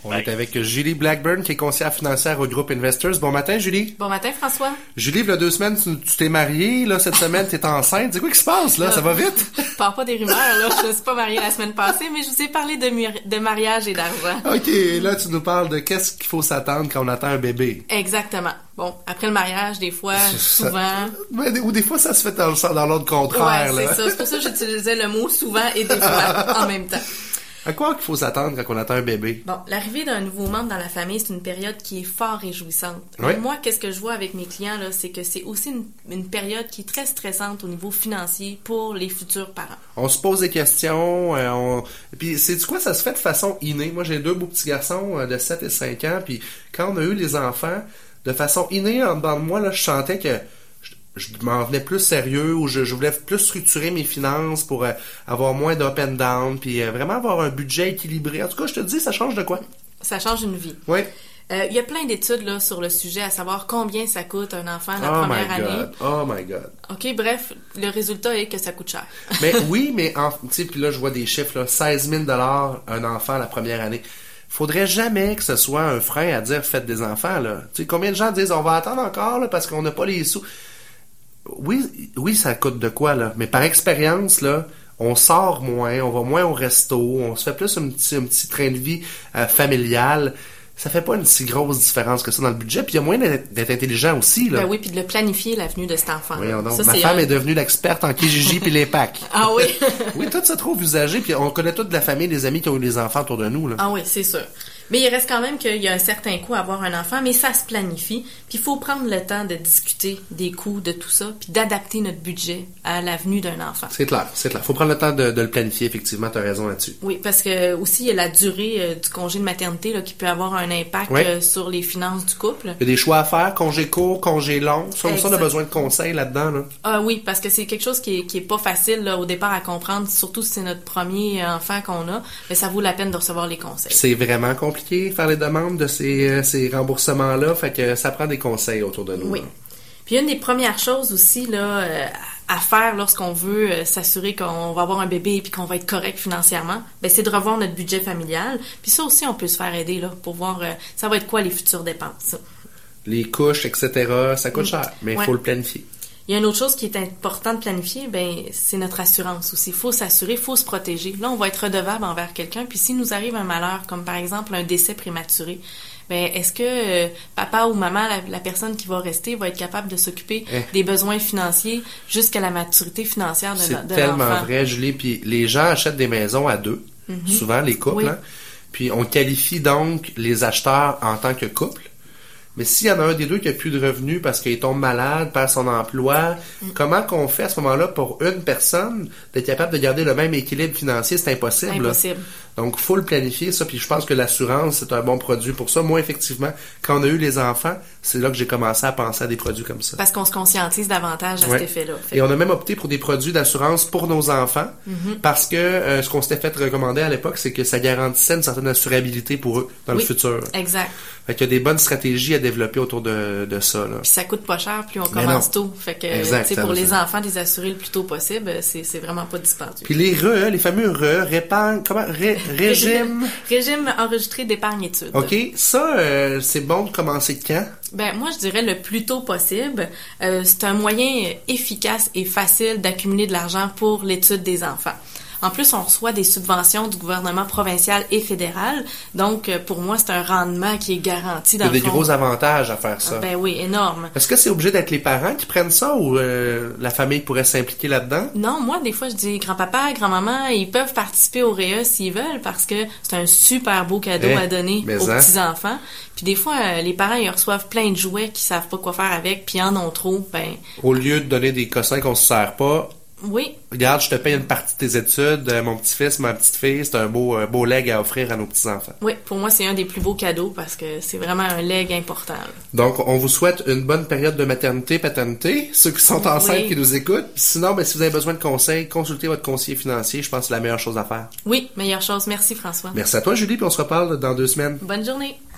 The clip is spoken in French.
On est avec Julie Blackburn, qui est conseillère financière au groupe Investors. Bon matin, Julie. Bon matin, François. Julie, il y a 2 semaines, tu t'es mariée. Là, cette semaine, tu es enceinte. C'est quoi qui se passe, là? Ça va vite? Je parle pas des rumeurs, là. Je ne suis pas mariée la semaine passée, mais je vous ai parlé de mariage et d'argent. OK, là, tu nous parles de qu'est-ce qu'il faut s'attendre quand on attend un bébé. Exactement. Bon, après le mariage, des fois, souvent... Ou des fois, ça se fait dans l'ordre contraire, ouais, là. c'est ça. C'est pour ça que j'utilisais le mot souvent et des fois en même temps. À quoi qu'il faut s'attendre quand on attend un bébé? Bon, l'arrivée d'un nouveau membre dans la famille, c'est une période qui est fort réjouissante. Oui. Moi, qu'est-ce que je vois avec mes clients, là, c'est que c'est aussi une période qui est très stressante au niveau financier pour les futurs parents. On se pose des questions, puis c'est quoi, ça se fait de façon innée. Moi, j'ai 2 beaux petits garçons de 7 et 5 ans, puis quand on a eu les enfants, de façon innée, en dedans de moi, là, je sentais que je m'en venais plus sérieux, ou je voulais plus structurer mes finances pour avoir moins d'up and down, puis vraiment avoir un budget équilibré. En tout cas, je te dis, ça change de quoi? Ça change une vie. Oui. Il y a plein d'études là sur le sujet, à savoir combien ça coûte un enfant la première année. Oh my God. OK, bref, le résultat est que ça coûte cher. Mais oui, mais tu sais, puis là, je vois des chiffres, là, 16 000 $ un enfant la première année. Faudrait jamais que ce soit un frein à dire faites des enfants, là. Tu sais, combien de gens disent on va attendre encore là, parce qu'on n'a pas les sous. Oui, ça coûte de quoi, là. Mais par expérience, là, on sort moins, on va moins au resto, on se fait plus un petit train de vie familial. Ça fait pas une si grosse différence que ça dans le budget. Puis il y a moyen d'être intelligent aussi, là. Ben oui, puis de le planifier, la venue de cet enfant. Oui, donc, ma femme est devenue l'experte en Kijiji puis les packs. Ah oui? Oui, tout se trouve usagé. Puis on connaît toute la famille, des amis qui ont eu des enfants autour de nous, là. Ah oui, c'est sûr. Mais il reste quand même qu'il y a un certain coût à avoir un enfant, mais ça se planifie. Puis il faut prendre le temps de discuter des coûts, de tout ça, puis d'adapter notre budget à la venue d'un enfant. C'est clair. Faut prendre le temps de le planifier, effectivement, tu as raison là-dessus. Oui, parce que aussi, il y a la durée du congé de maternité là, qui peut avoir un impact sur les finances du couple. Il y a des choix à faire, congé court, congé long. Ça, on a besoin de conseils là-dedans, là. Ah oui, parce que c'est quelque chose qui est pas facile là, au départ à comprendre, surtout si c'est notre premier enfant qu'on a, mais ça vaut la peine de recevoir les conseils. C'est vraiment compliqué faire les demandes de ces remboursements-là, fait que ça prend des conseils autour de nous. Oui. Là. Puis une des premières choses aussi là à faire lorsqu'on veut s'assurer qu'on va avoir un bébé et puis qu'on va être correct financièrement, ben c'est de revoir notre budget familial. Puis ça aussi on peut se faire aider là pour voir ça va être quoi les futures dépenses. Les couches, etc. Ça coûte cher, mais il faut le planifier. Il y a une autre chose qui est importante de planifier, ben c'est notre assurance aussi. Il faut s'assurer, il faut se protéger. Là, on va être redevable envers quelqu'un. Puis s'il nous arrive un malheur, comme par exemple un décès prématuré, ben est-ce que papa ou maman, la personne qui va rester, va être capable de s'occuper des besoins financiers jusqu'à la maturité financière de l'enfant? C'est tellement vrai, Julie. Puis les gens achètent des maisons à 2, souvent les couples. Hein? Puis on qualifie donc les acheteurs en tant que couple. Mais s'il y en a un des deux qui a plus de revenus parce qu'il tombe malade, perd son emploi, comment qu'on fait à ce moment-là pour une personne d'être capable de garder le même équilibre financier? C'est impossible. Impossible. Donc, faut le planifier, ça. Puis je pense que l'assurance, c'est un bon produit pour ça. Moi, effectivement, quand on a eu les enfants, c'est là que j'ai commencé à penser à des produits comme ça. Parce qu'on se conscientise davantage à cet effet-là. Et on a même opté pour des produits d'assurance pour nos enfants parce que ce qu'on s'était fait recommander à l'époque, c'est que ça garantissait une certaine assurabilité pour eux dans le futur. Exact. Fait qu'il y a des bonnes stratégies à développer autour de ça, là. Puis ça coûte pas cher, puis on commence tôt. Fait que, tu sais, pour les enfants, les assurer le plus tôt possible, c'est vraiment pas dispendieux. Puis les fameux régime enregistré d'épargne-études. OK. Ça, c'est bon de commencer quand? Ben, moi, je dirais le plus tôt possible. C'est un moyen efficace et facile d'accumuler de l'argent pour l'étude des enfants. En plus, on reçoit des subventions du gouvernement provincial et fédéral. Donc, pour moi, c'est un rendement qui est garanti dans le fond. Il y a des gros avantages à faire ça. Ben oui, énorme. Est-ce que c'est obligé d'être les parents qui prennent ça ou la famille pourrait s'impliquer là-dedans? Non, moi, des fois, je dis grand-papa, grand-maman, ils peuvent participer au REA s'ils veulent parce que c'est un super beau cadeau à donner aux petits-enfants. Puis des fois, les parents, ils reçoivent plein de jouets qu'ils savent pas quoi faire avec, puis en ont trop, ben... Au lieu de donner des cossins qu'on se sert pas... Oui. Regarde, je te paye une partie de tes études, mon petit-fils, ma petite-fille, c'est un beau leg à offrir à nos petits-enfants. Oui, pour moi, c'est un des plus beaux cadeaux parce que c'est vraiment un leg important. Là. Donc, on vous souhaite une bonne période de maternité, paternité, ceux qui sont enceintes qui nous écoutent. Sinon, ben, si vous avez besoin de conseils, consultez votre conseiller financier, je pense que c'est la meilleure chose à faire. Oui, meilleure chose. Merci François. Merci à toi Julie, puis on se reparle dans 2 semaines. Bonne journée.